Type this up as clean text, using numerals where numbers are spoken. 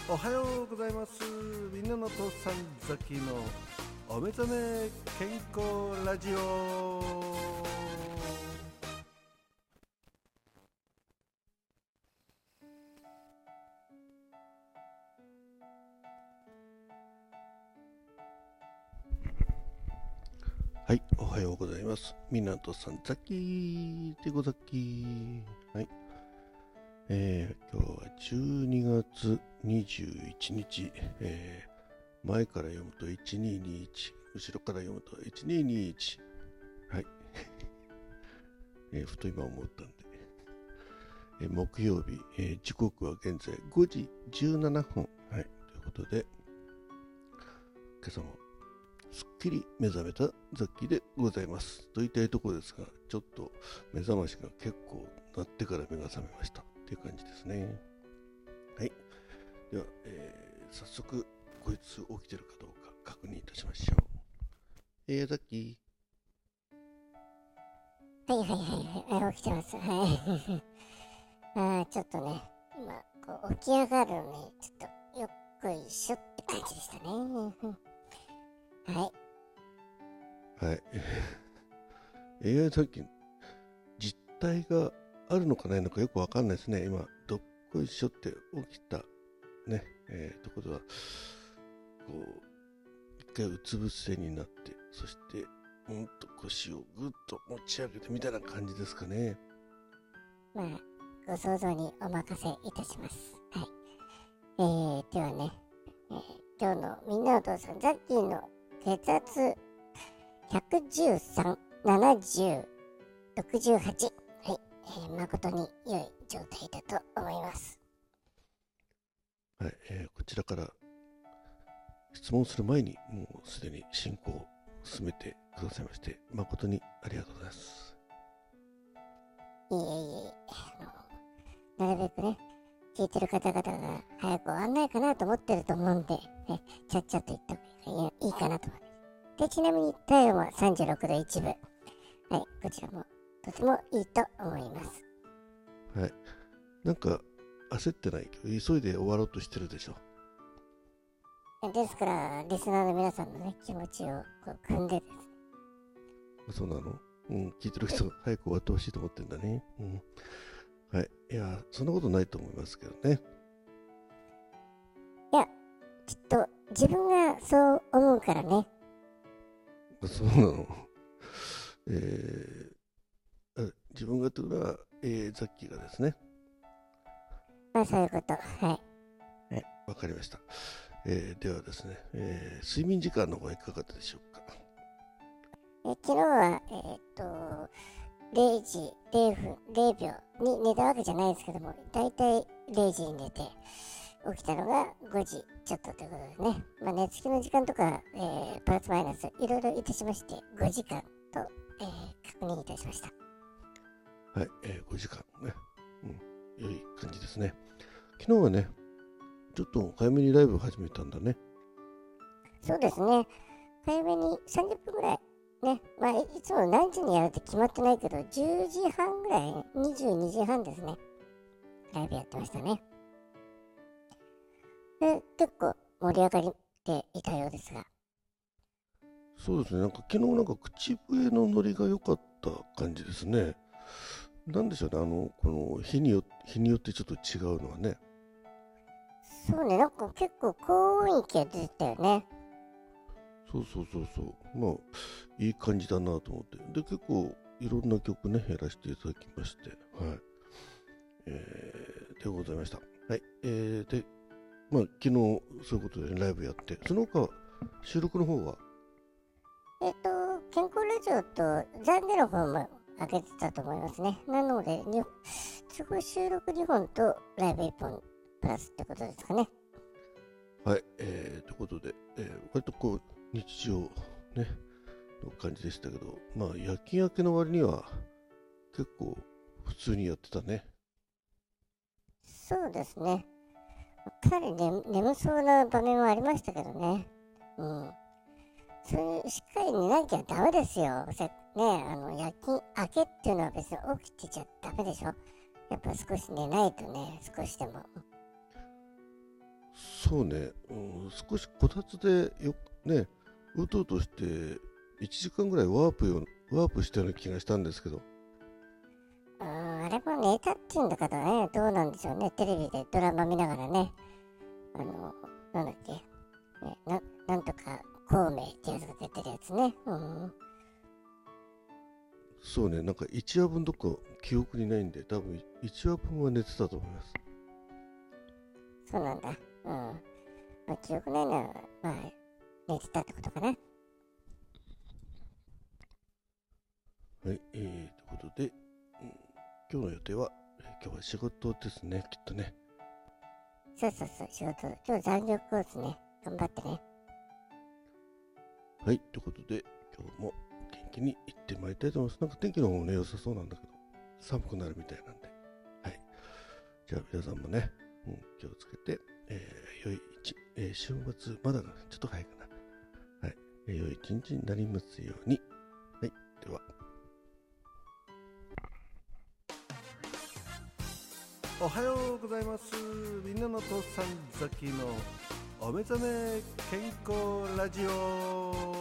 おはようございます。みんなの父さんザキのお目覚め健康ラジオ。はい、おはようございます。みんなの父さんザキでござき。はい、今日は12月21日、前から読むと1221、後ろから読むと1221。はい、ふと今思ったんで、木曜日、時刻は現在5時17分。はい、ということで、今朝もすっきり目覚めたザッキーでございます。と言いたいところですが、ちょっと目覚ましが結構鳴ってから目が覚めましたっていう感じですね。はい。では、早速、こいつ起きてるかどうか確認いたしましょう。ザッキはいはいはいはい、起きてます。はい。ちょっとね、今、こう起き上がるのに、ちょっとよっこいしょって感じでしたね。はい。 ー。はい。ザッキー、実態があるのかないのかよくわかんないですね。今、どっこいしょって起きた、ね、ところは、こう、一回うつ伏せになって、そして、腰をぐっと持ち上げてみたいな感じですかね。 まあ、ご想像にお任せいたします。はい。ではね、今日のみんなのお父さん、ザッキーの血圧113、70、68。はい。誠に良い状態だと思います。 はい、こちらから質問する前にもうすでに進行を進めてくださいまして誠にありがとうございます。 いえいえ、なるべくね、聞いてる方々が早く終わんないかなと思ってると思うんで、ちゃっちゃと言った方がいいかなと思います。で、ちなみに体温は36度1分。はい、こちらもとてもいいと思います。 はい、なんか焦ってないけど急いで終わろうとしてるでしょ。 ですから、リスナーの皆さんのね、気持ちをこう組んでですね。 そうなの？聞いてる人早く終わってほしいと思ってんだね。はい、いやそんなことないと思いますけどね。 いや、きっと自分がそう思うからね。 そうなの。自分がというのは、ザッキーがですね。 まあそういうこと。はい。 わかりました。ではですね、睡眠時間の方はいかがでしょうか。 昨日は、0時0分0秒に寝たわけじゃないですけども、だいたい0時に寝て起きたのが5時ちょっとということでね、寝つきの時間とか、プラスマイナスいろいろいたしまして5時間と、確認いたしました。 はい、5時間ね、良い感じですね。昨日はね、ちょっと早めにライブ始めたんだね。 そうですね、早めに30分ぐらいね、いつも何時にやるって決まってないけど、10時半ぐらい、22時半ですね、ライブやってましたね。で、結構盛り上がっていたようですが。 そうですね、なんか昨日なんか口笛のノリが良かった感じですね。なんでしょうね、この日によってちょっと違うのはね。 そうね、なんか結構高音域が出てたよね。 そう。まあ、いい感じだなと思って。で、結構いろんな曲ね、やらせていただきまして。はい。でございました。はい。で、昨日そういうことで、ライブやって、その他、収録の方は健康ラジオとザンデの方も開けてたと思いますね。なので、すごい収録2本とライブ1本プラスってことですかね。 はい。ということで、割とこう、日常ね、の感じでしたけど、夜勤明けの割には結構普通にやってたね。 そうですね。かなり、眠そうな場面はありましたけどね。そういうしっかり寝なきゃダメですよ。夜勤明けっていうのは別に起きてちゃダメでしょ。やっぱ少し寝ないとね、少しでも。 そうね、少しこたつでね、うとうとして1時間ぐらいワープしたような気がしたんですけど。 あれも寝たっていうんだからね、どうなんでしょうね。テレビでドラマ見ながらね、なんだっけ、なんとか孔明ってやつが出てるやつね。 そうね、なんか1話分どっか記憶にないんで、多分1話分は寝てたと思います。 そうなんだ。まあ、記憶ないのは、まあ、寝てたってことかな。 はい、ということで、今日の予定は、今日は仕事ですね、きっとね。 そう、仕事。今日残業コースね。頑張ってね。 はい、ということで、今日も元気に行ってまいりたいと思います。なんか天気の方もね、良さそうなんだけど、寒くなるみたいなんで。はい。じゃあ皆さんもね、気をつけて、良い週末、まだちょっと早いかな。はい。良い一日になりますように。はい。では。おはようございます。みんなの父さんザキのお目覚め健康ラジオ。